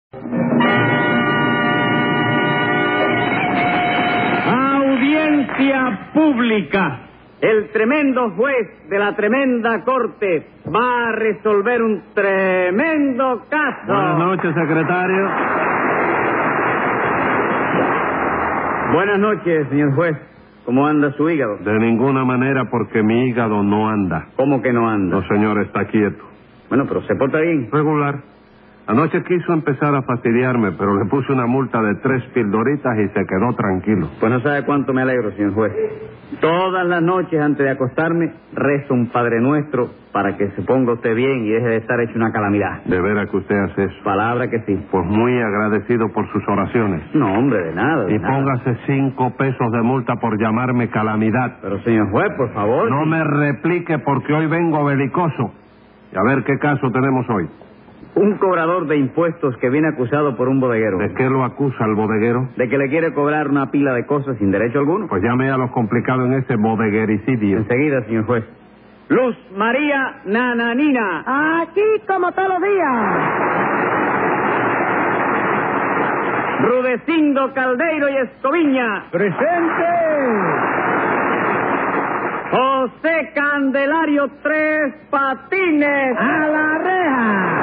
Audiencia pública. El tremendo juez de la tremenda corte va a resolver un tremendo caso. Buenas noches, secretario. Buenas noches, señor juez. ¿Cómo anda su hígado? De ninguna manera, porque mi hígado no anda. ¿Cómo que no anda? No, señor, está quieto. Bueno, pero se porta bien. Regular. Anoche quiso empezar a fastidiarme, pero le puse una multa de 3 pildoritas y se quedó tranquilo. Pues no sabe cuánto me alegro, señor juez. Todas las noches antes de acostarme rezo un Padre Nuestro para que se ponga usted bien y deje de estar hecho una calamidad. ¿De veras que usted hace eso? Palabra que sí. Pues muy agradecido por sus oraciones. No, hombre, de nada. Y póngase 5 pesos de multa por llamarme calamidad. Pero, señor juez, por favor. No me replique porque hoy vengo belicoso. Y a ver qué caso tenemos hoy. Un cobrador de impuestos que viene acusado por un bodeguero. ¿De qué lo acusa el bodeguero? De que le quiere cobrar una pila de cosas sin derecho alguno. Pues llame a los complicados en ese bodeguericidio. Enseguida, señor juez. Luz María Nananina. Aquí como todos los días. Rudecindo Caldeiro y Escoviña. ¡Presente! José Candelario Tres Patines. ¡A la reja!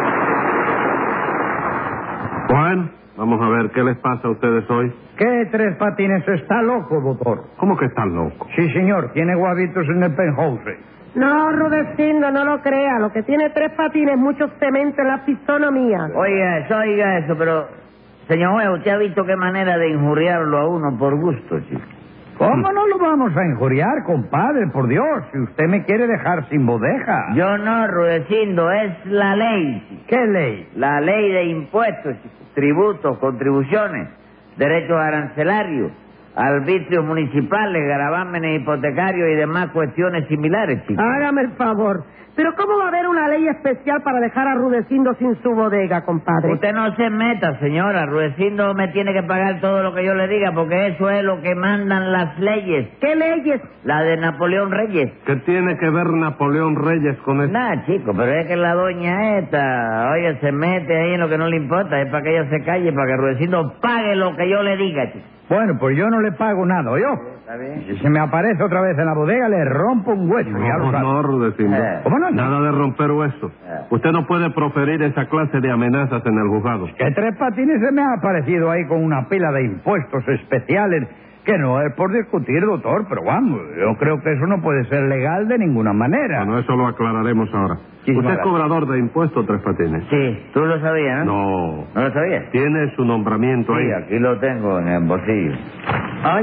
Bueno, vamos a ver qué les pasa a ustedes hoy. ¿Qué Tres Patines? Está loco, doctor. ¿Cómo que están locos? Sí, señor, tiene guavitos en el penthouse. No, Rudecindo, no lo crea. Lo que tiene Tres Patines es mucho cemento en la fisonomía. Oiga eso, pero... Señor juez, ¿usted ha visto qué manera de injuriarlo a uno por gusto, chico? ¿Cómo no lo vamos a injuriar, compadre? Por Dios, si usted me quiere dejar sin bodeja. Yo no, Rudecindo, es la ley, chico. ¿Qué ley? La ley de impuestos, chico. Tributos, contribuciones, derechos arancelarios, arbitrios municipales, gravámenes hipotecarios y demás cuestiones similares, chico. Hágame el favor. Pero ¿cómo va a haber una ley especial para dejar a Rudecindo sin su bodega, compadre? Usted no se meta, señora. Rudecindo me tiene que pagar todo lo que yo le diga, porque eso es lo que mandan las leyes. ¿Qué leyes? La de Napoleón Reyes. ¿Qué tiene que ver Napoleón Reyes con esto? Nada, chico, pero es que la doña esta, oye, se mete ahí en lo que no le importa. Es para que ella se calle, para que Rudecindo pague lo que yo le diga, chico. Bueno, pues yo no le pago nada, ¿oyó? ¿Está bien? Si se me aparece otra vez en la bodega, le rompo un hueso, ya lo sabe. No, Rudecindo. ¿Cómo no? Nada de romper huesos. Usted no puede proferir esa clase de amenazas en el juzgado. Que Tres Patines se me ha aparecido ahí con una pila de impuestos especiales, que no es por discutir, doctor, pero vamos, yo creo que eso no puede ser legal de ninguna manera. Bueno, eso lo aclararemos ahora. Sí, ¿Usted es claro. cobrador de impuestos, Tres Patines? Sí, tú lo sabías, ¿no? No. ¿No lo sabías? Tiene su nombramiento Sí, ahí. aquí lo tengo en el bolsillo. Ay.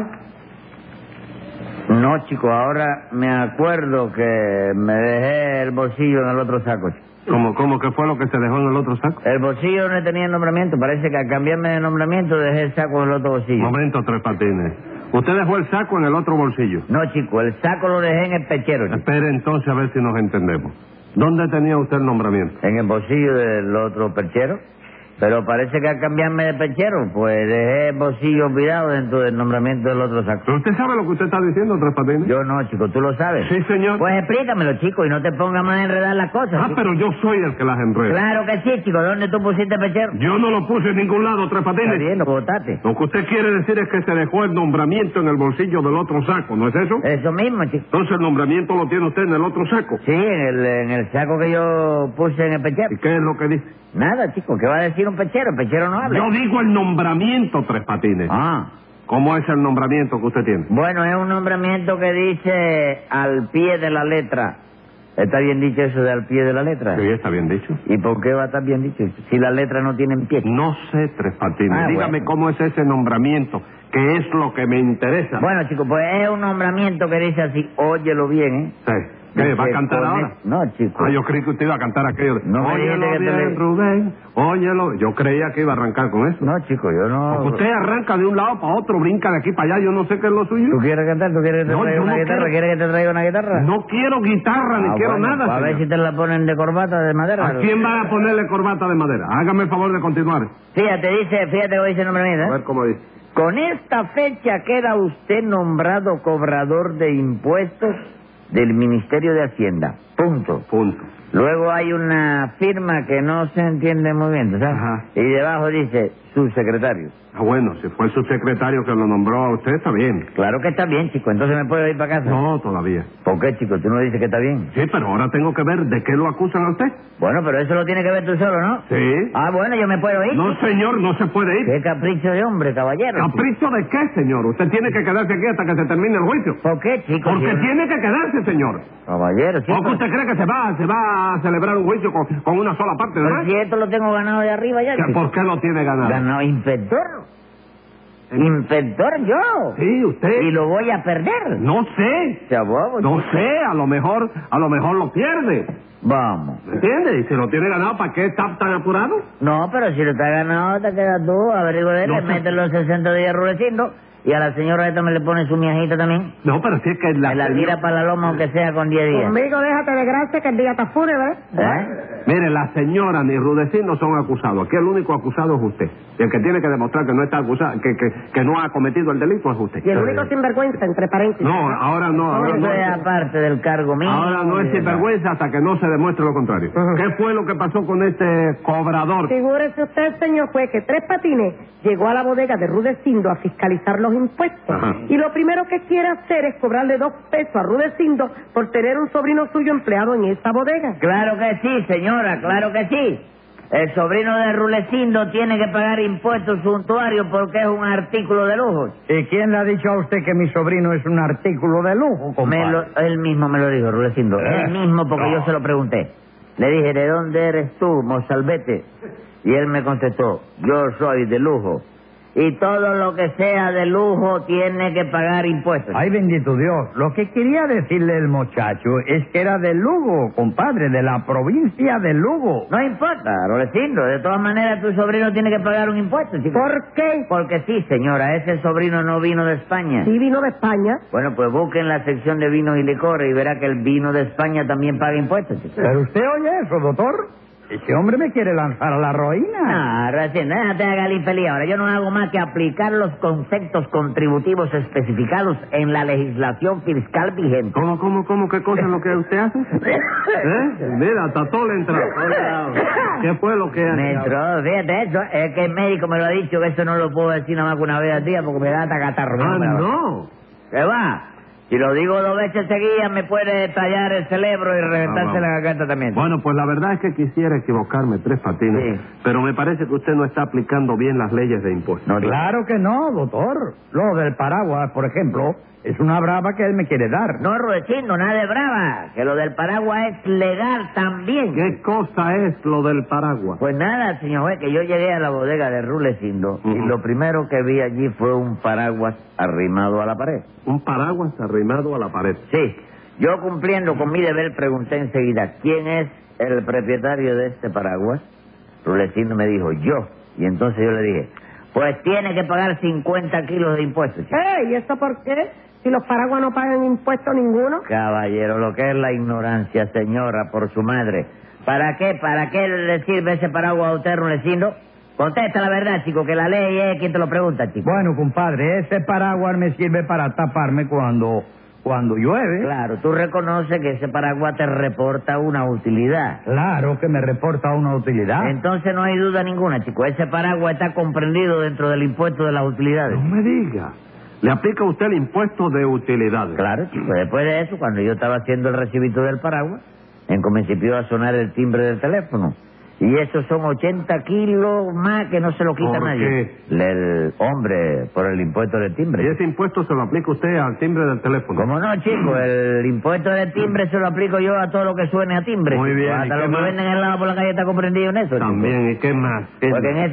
No, chico, ahora me acuerdo que me dejé el bolsillo en el otro saco, chico. ¿Cómo que fue lo que se dejó en el otro saco? El bolsillo no tenía el nombramiento. Parece que al cambiarme de nombramiento dejé el saco en el otro bolsillo. Momento, Tres Patines. Usted dejó el saco en el otro bolsillo. No, chico, el saco lo dejé en el pechero, chico. Espere entonces a ver si nos entendemos. ¿Dónde tenía usted el nombramiento? En el bolsillo del otro perchero. Pero parece que al cambiarme de perchero, pues dejé el bolsillo olvidado dentro del nombramiento del otro saco. ¿Pero usted sabe lo que usted está diciendo, Tres Patines? Yo no, chico, ¿tú lo sabes? Sí, señor. Pues explícamelo, chico, y no te pongas más a enredar las cosas. Ah, chico. pero yo soy el que las enreda. Claro que sí, chico. ¿Dónde tú pusiste perchero? Yo no lo puse en ningún lado, Tres Está Patines. bien, lo botaste. Lo que usted quiere decir es que se dejó el nombramiento en el bolsillo del otro saco, ¿no es eso? Eso mismo, chico. Entonces el nombramiento lo tiene usted en el otro saco. Sí, en el saco que yo puse en el perchero. ¿Y qué es lo que dice? Nada, chico, ¿qué va a decir un perchero? El perchero no habla. Yo digo el nombramiento, Tres Patines. Ah, ¿Cómo es el nombramiento que usted tiene? bueno, es un nombramiento que dice al pie de la letra. ¿Está bien dicho eso de al pie de la letra? Sí, está bien dicho. ¿Y por qué va a estar bien dicho? Si las letras no tienen pie. No sé, Tres Patines. Ah, Dígame bueno. cómo es ese nombramiento, que es lo que me interesa. Bueno, chico, pues es un nombramiento que dice así, óyelo bien, ¿eh? Sí. ¿Qué, va a cantar Pone- ahora? No, chico. Ah, yo creí que usted iba a cantar aquello. No me Óyelo dijiste que te bien, le- Rubén, óyelo. Yo creía que iba a arrancar con eso. No, chico, yo no... Porque usted arranca de un lado para otro, brinca de aquí para allá, yo no sé qué es lo suyo. ¿Tú quieres cantar? ¿Tú quieres que te No, traiga yo una no guitarra? quiero. ¿Quieres que te traiga una guitarra? No quiero guitarra ni quiero bueno, nada, A ver señor. si te la ponen de corbata de madera. ¿A quién va a ponerle corbata de madera? Hágame el favor de continuar. Fíjate cómo dice el nombramiento, A ¿eh? ver cómo dice. Con esta fecha queda usted nombrado cobrador de impuestos del Ministerio de Hacienda. Punto. Punto. Luego hay una firma que no se entiende muy bien, ¿sabes? Ajá. Y debajo dice subsecretario. Ah, bueno, si fue el subsecretario que lo nombró a usted, está bien. Claro que está bien, chico. Entonces me puedo ir para casa. No, todavía. ¿Por qué, chico? ¿Tú no dices que está bien? Sí, pero ahora tengo que ver de qué lo acusan a usted. Bueno, pero eso lo tiene que ver tú solo, ¿no? Sí. Ah, bueno, yo me puedo ir. No, señor, no se puede ir. Qué capricho de hombre, caballero. chico. ¿Capricho de qué, señor? Usted tiene que quedarse aquí hasta que se termine el juicio. ¿Por qué, chico? Porque Si- tiene que quedarse, señor. Caballero, chico. ¿O que usted cree que se va a celebrar un juicio con una sola parte, Pero verdad? si esto lo tengo ganado de arriba ya, chico. ¿Por qué lo tiene ganado? Ganado inspector. Inspector yo. Sí, usted. Y lo voy a perder. No sé. Sea bobo, No chico. sé, a lo mejor lo pierde. Vamos. ¿Me entiende? Y si lo tiene ganado, ¿para qué está tan apurado? No, pero si lo está ganado, te quedas tú, averigua de él, No le sé. metes los 60 días rulecindo y a la señora esta me le pone su miajita también. No, pero si es que Me la tira para la loma aunque sea con 10 días. Conmigo déjate de gracia que el día está fúnebre. ¿Eh? Mire, la señora ni Rudecindo son acusados. Aquí el único acusado es usted. Y el que tiene que demostrar que no está acusado, que no ha cometido el delito es usted. Y el único sinvergüenza, entre paréntesis. No, ahora no, ahora Eso no. es aparte del cargo mío. Ahora no es sinvergüenza hasta que no se demuestre lo contrario. Ajá. ¿Qué fue lo que pasó con este cobrador? Figúrese usted, señor juez, que Tres Patines llegó a la bodega de Rudecindo a fiscalizar los impuestos. Ajá. Y lo primero que quiere hacer es cobrarle 2 pesos a Rudecindo por tener un sobrino suyo empleado en esa bodega. Claro que sí, señora, claro que sí. El sobrino de Rulecindo tiene que pagar impuestos suntuarios porque es un artículo de lujo. ¿Y quién le ha dicho a usted que mi sobrino es un artículo de lujo, compadre? Él mismo me lo dijo, Rulecindo. ¿Eh? Él mismo, porque No. yo se lo pregunté. Le dije, ¿de dónde eres tú, mozalbete? Y él me contestó, yo soy de lujo. Y todo lo que sea de lujo tiene que pagar impuestos. Ay, bendito Dios. Lo que quería decirle el muchacho es que era de Lugo, compadre, de la provincia de Lugo. No importa, Rulecindo. De todas maneras, tu sobrino tiene que pagar un impuesto, chico. ¿Por qué? Porque sí, señora, ese sobrino no vino de España. Si vino de España. Bueno, pues busque en la sección de vinos y licores y verá que el vino de España también paga impuestos, chico. ¿Pero usted oye eso, doctor? Ese hombre me quiere lanzar a la ruina. No, recién, déjate haga el infeliz. Ahora, yo no hago más que aplicar los conceptos contributivos especificados en la legislación fiscal vigente. ¿Cómo? ¿Qué cosa es lo que usted hace? Mira, hasta todo le entró. ¿Qué fue lo que Me entró, fíjate eso, es que el médico me lo ha dicho que eso no lo puedo decir nada más que una vez al día porque me da hasta catarro. Ah, no. ¿Qué va? Si lo digo 2 veces seguidas me puede tallar el cerebro y reventarse la garganta también. Bueno, pues la verdad es que quisiera equivocarme, Tres Patines, Sí. pero me parece que usted no está aplicando bien las leyes de impuestos. No, Claro que no, doctor. Lo del paraguas, por ejemplo, es una brava que él me quiere dar. No, Rudecindo, nada de brava, que lo del paraguas es legal también. ¿Qué cosa es lo del paraguas? Pues nada, señor juez, que yo llegué a la bodega de Rulecindo y Ujú. lo primero que vi allí fue un paraguas arrimado a la pared. Un paraguas arrimado a la pared. Sí, yo cumpliendo con mi deber pregunté enseguida, ¿quién es el propietario de este paraguas? Rulecindo me dijo, yo. Y entonces yo le dije, pues tiene que pagar 50 kilos de impuestos, chico. ¿Y eso por qué? Si los paraguas no pagan impuesto ninguno. Caballero, lo que es la ignorancia, señora, por su madre. ¿Para qué? ¿Para qué le sirve ese paraguas a usted, Rulecindo? Contesta la verdad, chico, que la ley es quien te lo pregunta, chico. Bueno, compadre, ese paraguas me sirve para taparme cuando llueve. Claro, tú reconoces que ese paraguas te reporta una utilidad. Claro que me reporta una utilidad. Entonces no hay duda ninguna, chico. Ese paraguas está comprendido dentro del impuesto de las utilidades. No me diga. ¿Le aplica usted el impuesto de utilidades? Claro, chico. Después de eso, cuando yo estaba haciendo el recibito del paraguas, comenzó a sonar el timbre del teléfono. Y esos son 80 kilos más que no se lo quita ¿Por nadie. El hombre, por el impuesto del ¿Y timbre. ese impuesto se lo aplica usted al timbre del teléfono? ¿Cómo no, chico? El impuesto del timbre se lo aplico yo a todo lo que suene a timbre. Muy chico. bien, Hasta ¿y lo qué que más? venden helado por la calle está comprendido en eso, chico. También, ¿y qué más? Porque en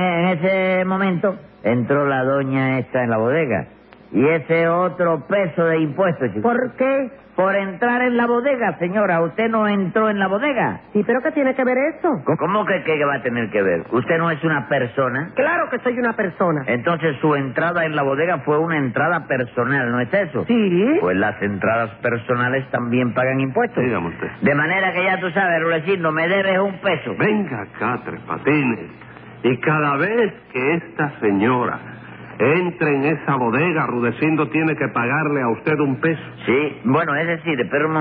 ese momento entró la doña esta en la bodega. Y ese otro peso de impuestos, chico. ¿Por qué? Por entrar en la bodega, señora. Usted no entró en la bodega. Sí, pero ¿qué tiene que ver eso? ¿Cómo que va a tener que ver? ¿Usted no es una persona? Claro que soy una persona. Entonces su entrada en la bodega fue una entrada personal, ¿no es eso? Sí. Pues las entradas personales también pagan impuestos. Dígame usted. De manera que ya tú sabes, Rulecindo, me debes un peso. Venga acá, Tres Patines. Y cada vez que esta señora entre en esa bodega, Rudecindo tiene que pagarle a usted un peso. Sí, bueno, es decir, espera un momento.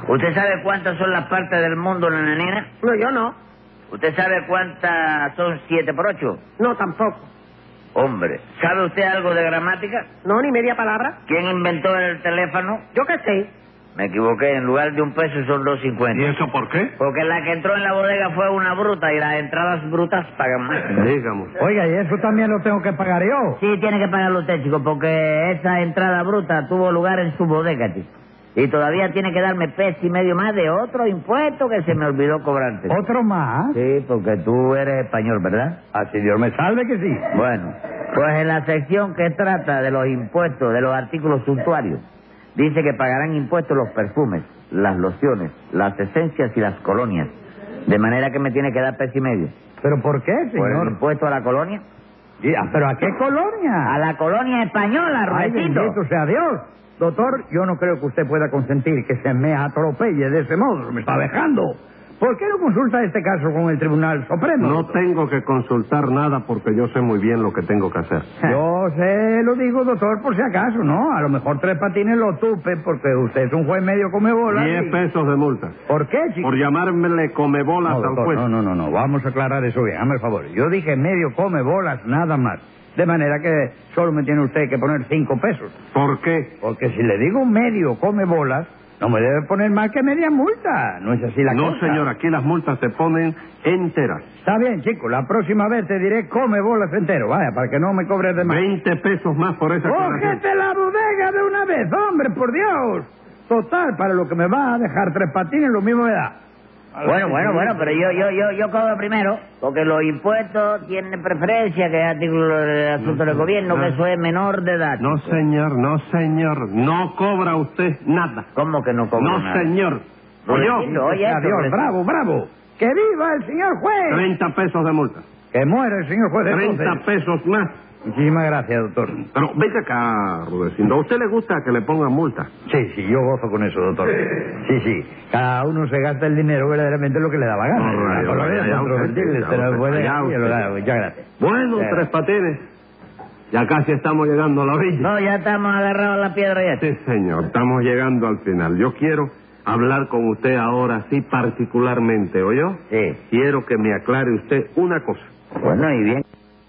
¿Usted sabe cuántas son las partes del mundo, nananina? No, yo no. ¿Usted sabe cuántas son 7 por 8? No, tampoco. Hombre, ¿sabe usted algo de gramática? No, ni media palabra. ¿Quién inventó el teléfono? Yo qué sé. Me equivoqué, en lugar de 1 peso son 2.50. ¿Y eso por qué? Porque la que entró en la bodega fue una bruta y las entradas brutas pagan más. Dígame. Oiga, ¿y eso también lo tengo que pagar yo? Sí, tiene que pagarlo usted, chico, porque esa entrada bruta tuvo lugar en su bodega, chico. Y todavía tiene que darme $1.50 más de otro impuesto que se me olvidó cobrarte. ¿Otro más? Sí, porque tú eres español, ¿verdad? Así Dios me salve que sí. Bueno, pues en la sección que trata de los impuestos de los artículos suntuarios, dice que pagarán impuestos los perfumes, las lociones, las esencias y las colonias. De manera que me tiene que dar $1.50. ¿Pero por qué, ¿Por el señor? impuesto a la colonia? ¿Pero a qué colonia? A la colonia española, Ay, Rudecito. bendito sea Dios. Doctor, yo no creo que usted pueda consentir que se me atropelle de ese modo. Me está dejando. ¿Por qué no consulta este caso con el Tribunal Supremo? No tengo que consultar nada porque yo sé muy bien lo que tengo que hacer. Yo sé, lo digo, doctor, por si acaso, ¿no? A lo mejor Tres Patines lo tupe porque usted es un juez medio comebolas. 10 pesos de multa. ¿Por qué, chico? Por llamármele comebolas No, al doctor, juez. no. Vamos a aclarar eso bien. Hazme el favor. Yo dije medio comebolas, nada más. De manera que solo me tiene usted que poner 5 pesos. ¿Por qué? Porque si le digo medio comebolas, no me debe poner más que media multa. ¿No es así la cosa? No, señor, aquí las multas se ponen enteras. Está bien, chico. La próxima vez te diré come bolas entero. Vaya, para que no me cobres de más. 20 pesos más por esa aclaración. ¡Cógete la bodega de una vez, hombre, por Dios! Total, para lo que me va a dejar Tres Patines, lo mismo me da. Bueno, pero yo cobro primero, porque los impuestos tienen preferencia, que es artículo del asunto del gobierno, que eso es menor de edad. No, chico. señor, no, señor. No cobra usted nada. ¿Cómo que no cobro No, nada? señor. Rudecito, oye, Adiós, Rudecito. bravo. ¡Que viva el señor juez! 30 pesos de multa. Que muera el señor juez. 30 entonces. pesos más. Muchísimas gracias, doctor. Pero venga acá, Rudecindo. ¿A usted le gusta que le pongan multa? Sí, yo gozo con eso, doctor. Sí. Cada uno se gasta el dinero verdaderamente lo que le da la gana. All right, Por ya, eso, usted, se lo puede ya, decir, usted. lo da. Muchas gracias. Bueno, Ya. Tres Patines. Ya casi estamos llegando a la orilla. No, ya estamos agarrados a la piedra ya. Sí, señor. Estamos llegando al final. Yo quiero hablar con usted ahora, sí, particularmente, ¿oyó? Sí. Quiero que me aclare usted una cosa. Bueno, y bien.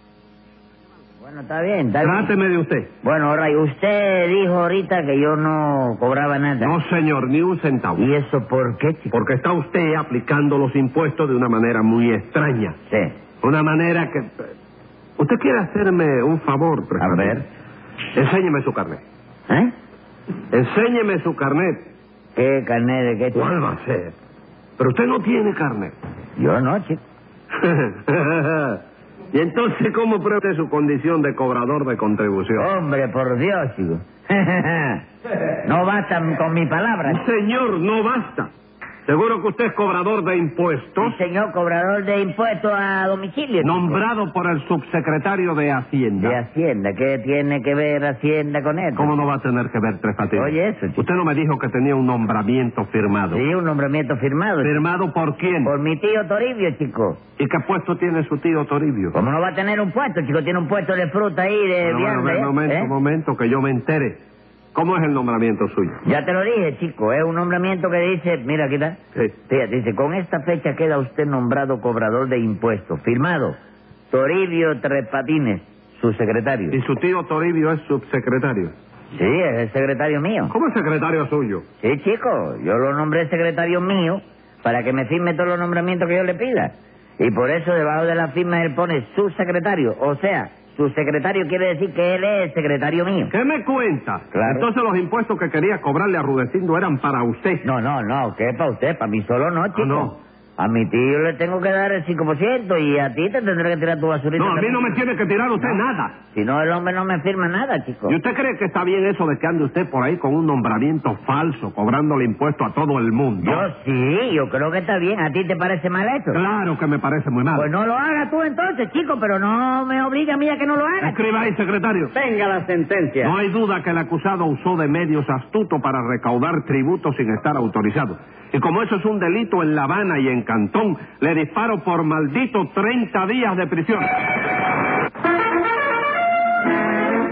Bueno, está bien. Tráteme de usted. Bueno, Ray, usted dijo ahorita que yo no cobraba nada. No, señor, ni un centavo. ¿Y eso por qué, chico? Porque está usted aplicando los impuestos de una manera muy extraña. Sí. Una manera que... ¿Usted quiere hacerme un favor, Tres A Patines? ver. Enséñeme su carnet. ¿Eh? Enséñeme su carnet. ¿Qué carnet de qué, chico? ¿Cuál va a ser? Pero usted no tiene carnet. Yo no, chico. ¿Y entonces cómo prueba usted su condición de cobrador de contribución? Hombre, por Dios, chico. No bastan con mi palabra. Señor, no basta. Seguro que usted es cobrador de impuestos, Sí, señor, cobrador de impuestos a domicilio. chico. nombrado por el subsecretario de Hacienda. De Hacienda. ¿Qué tiene que ver Hacienda con esto? ¿Cómo no va a tener que ver Tres Patines? Oye, eso, chico. Usted no me dijo que tenía un nombramiento firmado. Sí, un nombramiento firmado. chico. ¿Firmado por quién? Por mi tío Toribio, chico. ¿Y qué puesto tiene su tío Toribio? ¿Cómo no va a tener un puesto, chico? Tiene un puesto de fruta ahí, de Bueno, vianda, un momento, que yo me entere. ¿Cómo es el nombramiento suyo? Ya te lo dije, chico. Es un nombramiento que dice... Mira, aquí está. Sí. Fíjate, dice, con esta fecha queda usted nombrado cobrador de impuestos. Firmado, Toribio Tres Patines, su secretario. ¿Y su tío Toribio es subsecretario? Sí, es el secretario mío. ¿Cómo es secretario suyo? Sí, chico. Yo lo nombré secretario mío para que me firme todos los nombramientos que yo le pida. Y por eso debajo de la firma él pone su secretario. O sea, su secretario quiere decir que él es el secretario mío. ¿Qué me cuenta? Claro. Entonces los impuestos que quería cobrarle a Rudecindo eran para usted. No, ¿qué es para usted? Para mí solo no, chico. no. A mi tío le tengo que dar el 5% y a ti te tendré que tirar tu basurita. No, a mí también. no me tiene que tirar usted nada. Si no, el hombre no me firma nada, chico. ¿Y usted cree que está bien eso de que ande usted por ahí con un nombramiento falso, cobrándole impuestos a todo el mundo? Yo creo que está bien. ¿A ti te parece mal eso? Claro que me parece muy mal. Pues no lo hagas tú entonces, chico, pero no me obliga a mí a que no lo haga. Escriba ahí, secretario. Venga la sentencia. No hay duda que el acusado usó de medios astutos para recaudar tributos sin estar autorizado. Y como eso es un delito en La Habana y en Cantón, le disparo por maldito 30 días de prisión.